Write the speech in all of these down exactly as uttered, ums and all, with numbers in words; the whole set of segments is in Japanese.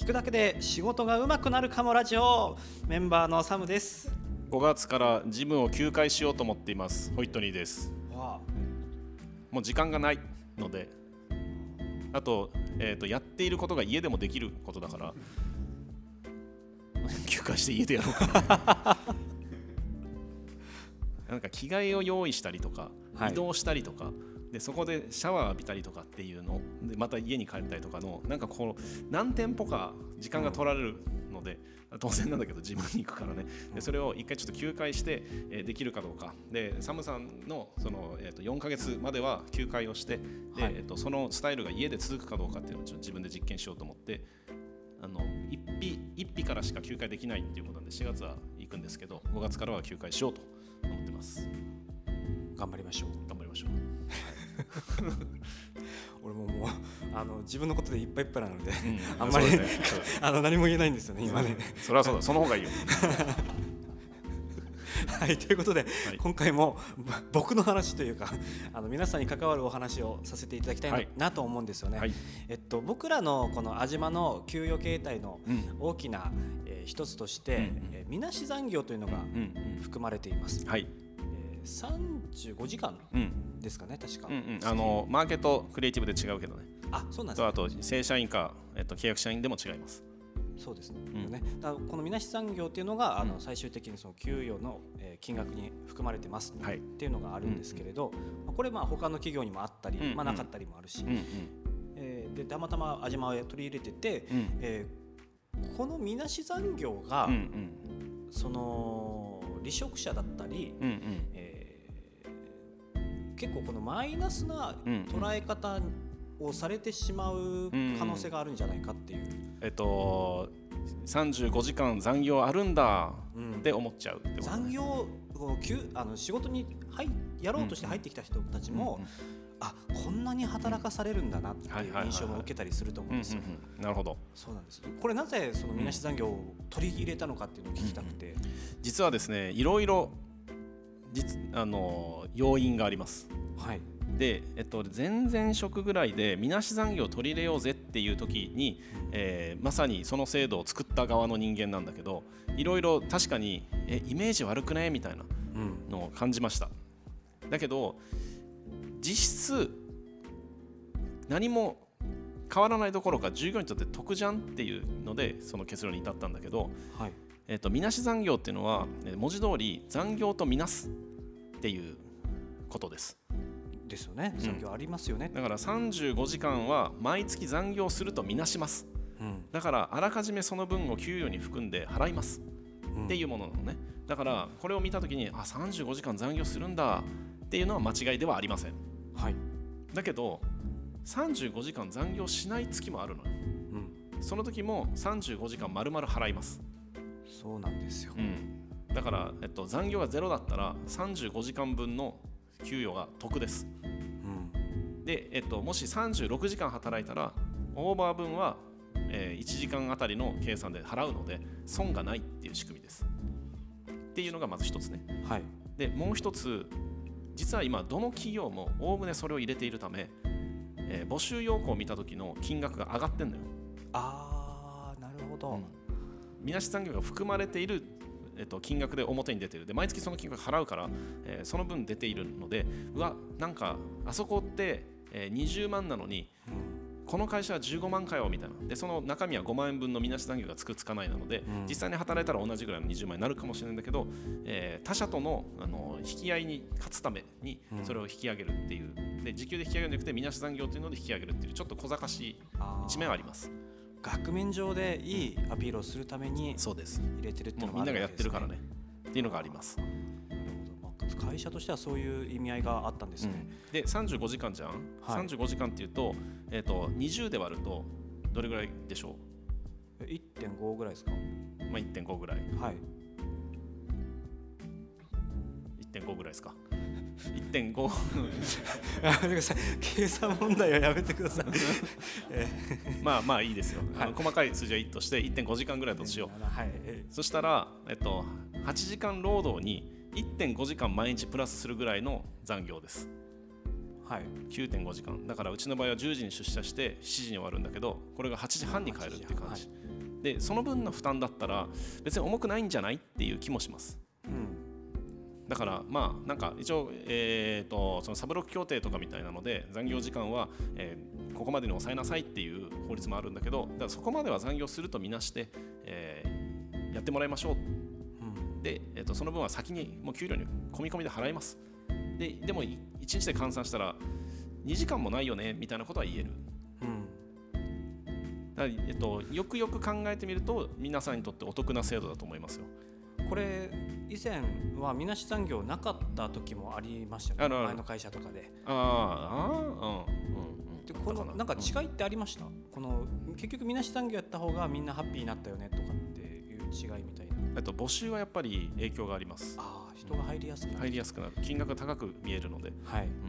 くだけで仕事が上手くなるかもラジオ、メンバーのサムです。 ごがつからジムを休会しようと思っています。ホイットニーです。 わあ、 もう時間がないので、あと、えーと、やっていることが家でもできることだから休会して家でやろうかななんか着替えを用意したりとか、はい、移動したりとかで、そこでシャワー浴びたりとかっていうので、また家に帰ったりとかのなんかこの何店舗か時間が取られるので、うん、当然なんだけどジムに行くからね。でそれを一回ちょっと休会して、えー、できるかどうかで、サムさんのその、えー、とよんかげつまでは休会をして、で、はい、えー、とそのスタイルが家で続くかどうかっていうのをちょっと自分で実験しようと思って、あの一日一日からしか休会できないっていうことなんでしがつは行くんですけど、ごがつからは休会しようと思ってます。 頑張りましょう頑張りましょう俺ももうあの自分のことでいっぱいいっぱいなので、うん、あんまり、ね、あの何も言えないんですよね今ね。 それはそうだ、その方がいいよはい、ということで、はい、今回も僕の話というかあの皆さんに関わるお話をさせていただきたいな、はい、なと思うんですよね、はい。えっと、僕らのこの安島の給与形態の大きな、うんえー、一つとして、うんえー、みなし残業というのが含まれています、うんはいえー、さんじゅうごじかんですかね、確か、 うんうん、あのマーケットクリエイティブで違うけどね。 あ、そうなんですね。 あと正社員か、えっと、契約社員でも違います。 そうですね、うん、だからこのみなし残業っていうのが、うん、あの最終的にその給与の、えー、金額に含まれてます、はい、っていうのがあるんですけれど、うん、これまあ他の企業にもあったり、うんまあ、なかったりもあるし、うんうんえー、でたまたま安島を取り入れてて、うんえー、このみなし残業が、うんうん、その離職者だったり、うんうんえー、結構このマイナスな捉え方をされてしまう可能性があるんじゃないかっていう、うんうんえっと、さんじゅうごじかん残業あるんだって思っちゃうってこと、ね、 残業あの仕事に入やろうとして入ってきた人たちも、うんうん、あこんなに働かされるんだなっていう印象も受けたりすると思うんですよ。 なるほど。 そうなんです。これなぜそのみなし残業を取り入れたのかっていうのを聞きたくて、うんうん、 実はですねいろいろ実あの要因があります。はいでえっと、前々職ぐらいでみなし残業を取り入れようぜっていう時に、えー、まさにその制度を作った側の人間なんだけど、いろいろ確かにえイメージ悪くねみたいなのを感じました、うん、だけど実質何も変わらないどころか従業員にとって得じゃんっていうのでその結論に至ったんだけど、はいえっと、みなし残業っていうのは文字通り残業とみなすっていうことですですよね。残業ありますよね、 うん、だからさんじゅうごじかんは毎月残業するとみなします、うん、だからあらかじめその分を給与に含んで払います、うん、っていうものなのね。だからこれを見たときにあさんじゅうごじかん残業するんだっていうのは間違いではありません、はい、だけどさんじゅうごじかん残業しない月もあるのよ、うん、その時もさんじゅうごじかん丸々払います。 そうなんですよ、 うん、だから、えっと、残業がゼロだったらさんじゅうごじかんぶんの給与が得です、うんでえっと、もしさんじゅうろくじかん働いたらオーバー分は、えー、いちじかんあたりの計算で払うので損がないっていう仕組みですっていうのがまず一つね、はい、でもう一つ実は今どの企業もおおむねそれを入れているため、えー、募集要項を見た時の金額が上がってんのよ。 あーなるほど、うん、 みなし残業が含まれているえっと、金額で表に出てるで毎月その金額払うから、えー、その分出ているのでうわなんかあそこって、えー、にじゅうまんなのに、うん、この会社はじゅうごまんかよみたいなでその中身はごまんえんぶんのみなし残業がつくつかないなので、うん、実際に働いたら同じぐらいのにじゅうまんになるかもしれないんだけど、えー、他社との、あの引き合いに勝つためにそれを引き上げるっていう、うん、で時給で引き上げるんじゃなくてみなし残業というので引き上げるっていうちょっと小賢しい一面はあります。 額面上でいいアピールをするために入れてるっていうのがあるんですね。もうみんながやってるからねっていうのがあります。 なるほど、会社としてはそういう意味合いがあったんですね、 うん、でさんじゅうごじかんじゃん、はい、さんじゅうごじかんっていうと、えー、とにじゅうで割るとどれぐらいでしょう。 いってんご ぐらいですか。 まあ いってんご ぐらい、はい、いってんご ぐらいですかいってんご計算問題はやめてくださいまあまあいいですよ、はい、あの細かい数字はいいとして いってんごじかんぐらいだとしよう、はい、そしたら、えっと、はちじかん労働に いってんごじかん毎日プラスするぐらいの残業です、はい、きゅうてんごじかんだからうちの場合はじゅうじに出社してしちじに終わるんだけどこれがはちじはんに帰るっていう感じ、はい、 でその分の負担だったら別に重くないんじゃないっていう気もします、うん、だからまあなんか一応、えー、とそのサブロック協定とかみたいなので残業時間は、えー、ここまでに抑えなさいっていう法律もあるんだけど、だからそこまでは残業するとみなして、えー、やってもらいましょう、うん、で、えー、とその分は先にもう給料に込み込みで払います。で, でもいちにちで換算したらにじかんもないよねみたいなことは言える、うんだからえっと、よくよく考えてみると皆さんにとってお得な制度だと思いますよ。 これ以前はみなし残業なかった時もありましたよね、前の会社とかで。 ああ、うんうん、 でこのなんか違いってありました？この結局みなし残業やった方がみんなハッピーになったよねとかっていう違いみたいな。 えっと、募集はやっぱり影響があります。 ああ、人が入りやすくなる、 入りやすくなる、金額が高く見えるので、 はい、うん、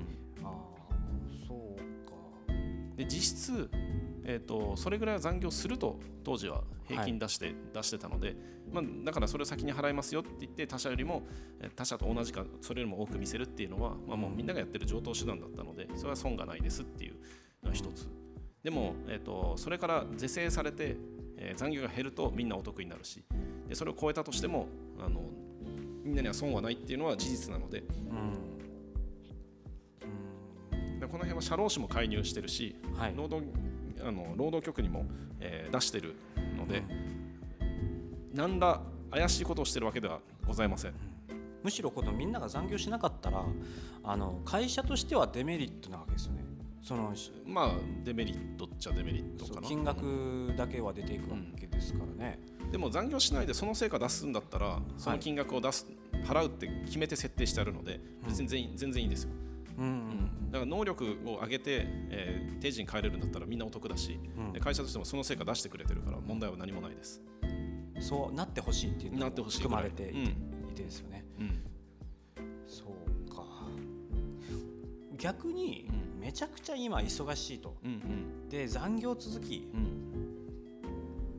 ああそうか。 で実質、えー、とそれぐらいは残業すると当時は平均出して、はい、出してたので、まあ、だからそれを先に払いますよって言って他社よりも他社と同じかそれよりも多く見せるっていうのは、まあ、もうみんながやってる常套手段だったのでそれは損がないですっていうのが一つ。でも、えー、とそれから是正されて、えー、残業が減るとみんなお得になるし、でそれを超えたとしてもあのみんなには損はないっていうのは事実なので、うんうん、でこの辺は社労士も介入してるし、はい、労働あの労働局にも、えー、出してるので、うん、何ら怪しいことをしてるわけではございません、うん、 むしろこのみんなが残業しなかったらあの会社としてはデメリットなわけですよね。そのまあデメリットっちゃデメリットかな。 金額だけは出ていくわけですからね、 うん、でも残業しないでその成果出すんだったらその金額を出す、はい、払うって決めて設定してあるので別に全員、うん、全然いいんですよ、うんうん、だから能力を上げて、えー、定時に帰れるんだったらみんなお得だし、うん、会社としてもその成果出してくれてるから問題は何もないです。 そうなってほしいっていうのも含まれていて、いてですよね、うん、そうか。逆にめちゃくちゃ今忙しいと、うんうん、で残業続き、うん、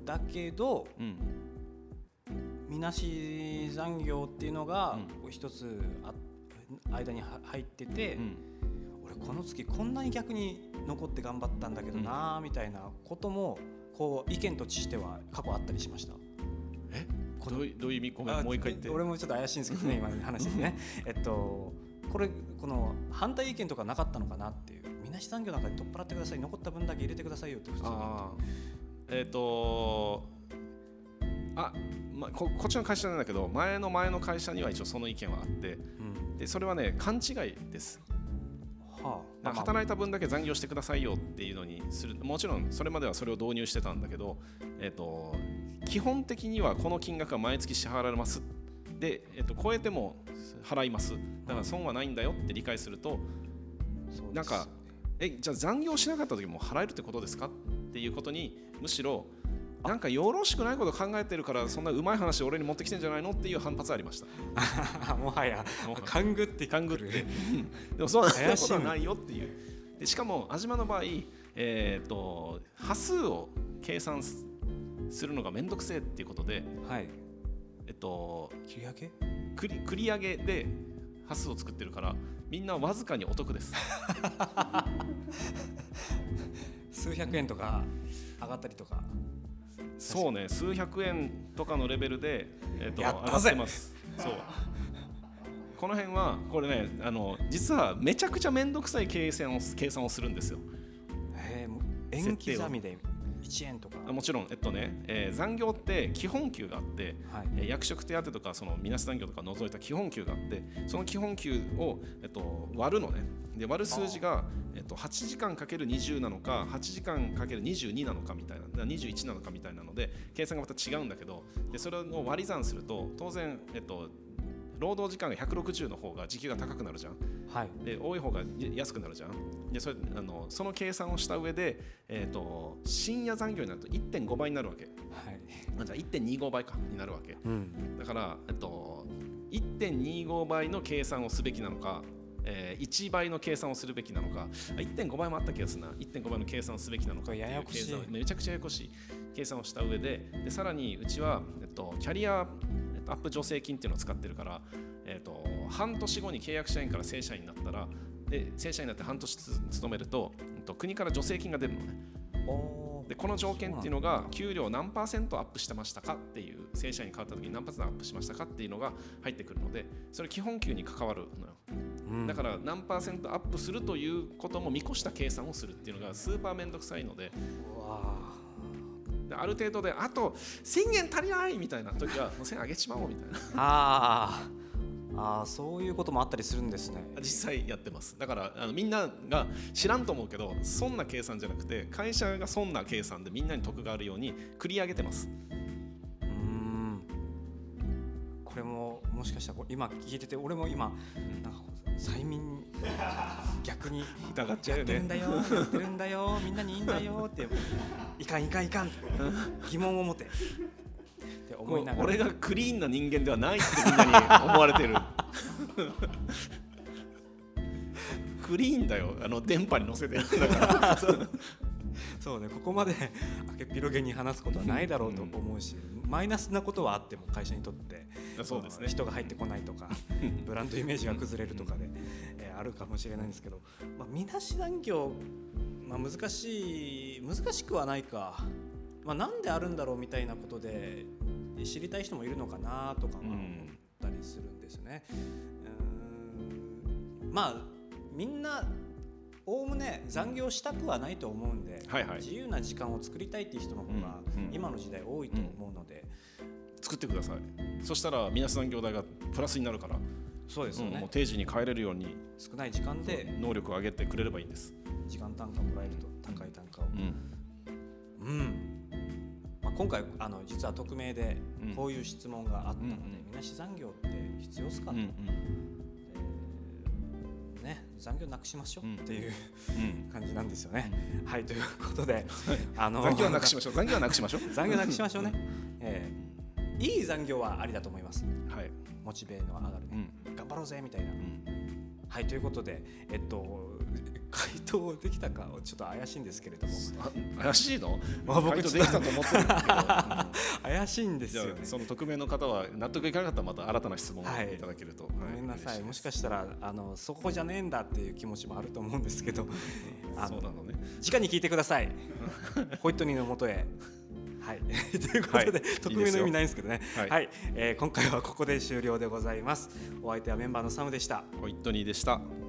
だけど、うん、みなし残業っていうのが一つあ間に入ってて、うん、俺この月こんなに逆に残って頑張ったんだけどな、うん、みたいなこともこう意見としては過去あったりしました。 えこのどういうどういう意味？ごめんもう一回言って。 俺もちょっと怪しいんですけどね今の話でねえっとこれこの反対意見とかなかったのかなっていう。みなし残業なんかで取っ払ってください、残った分だけ入れてくださいよって普通に言って。あえっ、ー、とあ、ま、こ, こっちの会社なんだけど前の前の会社には一応その意見はあって、うん、でそれはね勘違いです、はあ、働いた分だけ残業してくださいよっていうのにする。もちろんそれまではそれを導入してたんだけど、えー、と基本的にはこの金額は毎月支払われますで、えー、と超えても払いますだから損はないんだよって理解すると、うん、なんかえじゃあ残業しなかった時も払えるってことですかっていうことにむしろなんかよろしくないこと考えてるからそんなうまい話を俺に持ってきてんじゃないのっていう反発ありましたもはや勘ぐって勘ぐってでもそうなことはないよっていう。でしかも安島の場合、えー、と波数を計算するのがめんどくせえっていうことで、はいえっと、 繰り上げ繰り繰り上げで波数を作ってるからみんなわずかにお得です数百円とか上がったりとか。 そうね数百円とかのレベルで、えー、とやったぜ上がってます。そうこの辺はこれねあの実はめちゃくちゃめんどくさい計算を計算をするんですよ。 へえ円刻みでいちえんとか。 もちろん、えっとねえー、残業って基本給があって、はいえー、役職手当とかそのみなし残業とか除いた基本給があってその基本給を、えっと、割るのね。で割る数字が、えっと、はちじかんかけるにじゅうなのかはちじかんかけるにじゅうになのかみたいなにじゅういちなのかみたいなので計算がまた違うんだけどでそれを割り算すると当然、えっと、労働時間がひゃくろくじゅうの方が時給が高くなるじゃん、はい、で多い方が安くなるじゃん。でそれあのその計算をした上で、えー、と深夜残業になると いってんごばいになるわけ、はい、じゃあ いってんにごばいかになるわけ、うん、だから、えっと、いってんにごばいの計算をすべきなのかえー、いちばいの計算をするべきなのか いってんごばいもあった気がするな いってんごばいの計算をすべきなのかややこしいめちゃくちゃややこしい計算をした上で、でさらにうちは、えっと、キャリアアップ助成金っていうのを使ってるから、えっと、半年後に契約社員から正社員になったらで正社員になって半年勤めると、えっと、国から助成金が出るのね。 でこの条件っていうのが給料何パーセントアップしてましたかっていう、正社員に変わった時に何パーセントアップしましたかっていうのが入ってくるので、それ基本給に関わるのよ、うん、だから何パーセントアップするということも見越した計算をするっていうのがスーパーめんどくさいので、うわである程度であとせんえん足りないみたいな時はもうせんえん上げちまおうみたいなああ、そういうこともあったりするんですね。 実際やってます。だからあのみんなが知らんと思うけど、損な計算じゃなくて会社が損な計算でみんなに得があるように繰り上げてます。 うーん、これももしかしたら今聞いてて俺も今なんか催眠逆に疑っちゃうよね。 やってるんだよやってるんだよみんなにいいんだよっていかんいかんいかん疑問を持てって思いながら、 俺がクリーンな人間ではないってみんなに思われてるクリーンだよ、あの電波に乗せてるんだからそうそうね、ここまで明けっぴろげに話すことはないだろうと思うし、うん、マイナスなことはあっても会社にとってそうですね、 人が入ってこないとかブランドイメージが崩れるとかで、えー、あるかもしれないんですけど、まあ、みなし残業、まあ、難しい難しくはないか、まあ、なんであるんだろうみたいなことで知りたい人もいるのかなとか思ったりするんですね。うーん、まあみんなおおむね残業したくはないと思うんで、はいはい、自由な時間を作りたいっていう人の方が今の時代多いと思うので、 うんうん、作ってください。そしたらみなし残業代がプラスになるから、 そうですよね、うん、 もう定時に帰れるように少ない時間で能力を上げてくれればいいんです。 時間単価もらえると高い単価を、うん、うん、まあ、今回あの実は匿名でこういう質問があったので、うんうん、みなし残業って必要ですかと、うんうん、ね、残業なくしましょうっていう、うん、感じなんですよね、うん、はい、ということであの残業はなくしましょう残業はなくしましょう残業なくしましょうね、えー、いい残業はありだと思います、 はい、 モチベーの上がるね、うん、頑張ろうぜみたいな、うん、はい、ということでえっと回答できたかちょっと怪しいんですけれども、 怪しいの、まあ、僕回答できたと思ってるんですけど、うん、 怪しいんですよね。 その匿名の方は納得いかなかったらまた新たな質問をいただけると、はい、 ごめんなさい、もしかしたらあのそこじゃねえんだっていう気持ちもあると思うんですけどあのそうなのね、 直に聞いてくださいホイットニーの元へ。はい、ということで、はい、匿名の意味ないんですけどね、はいはい、えー、今回はここで終了でございます。お相手はメンバーのサムでした。 ホイットニーでした。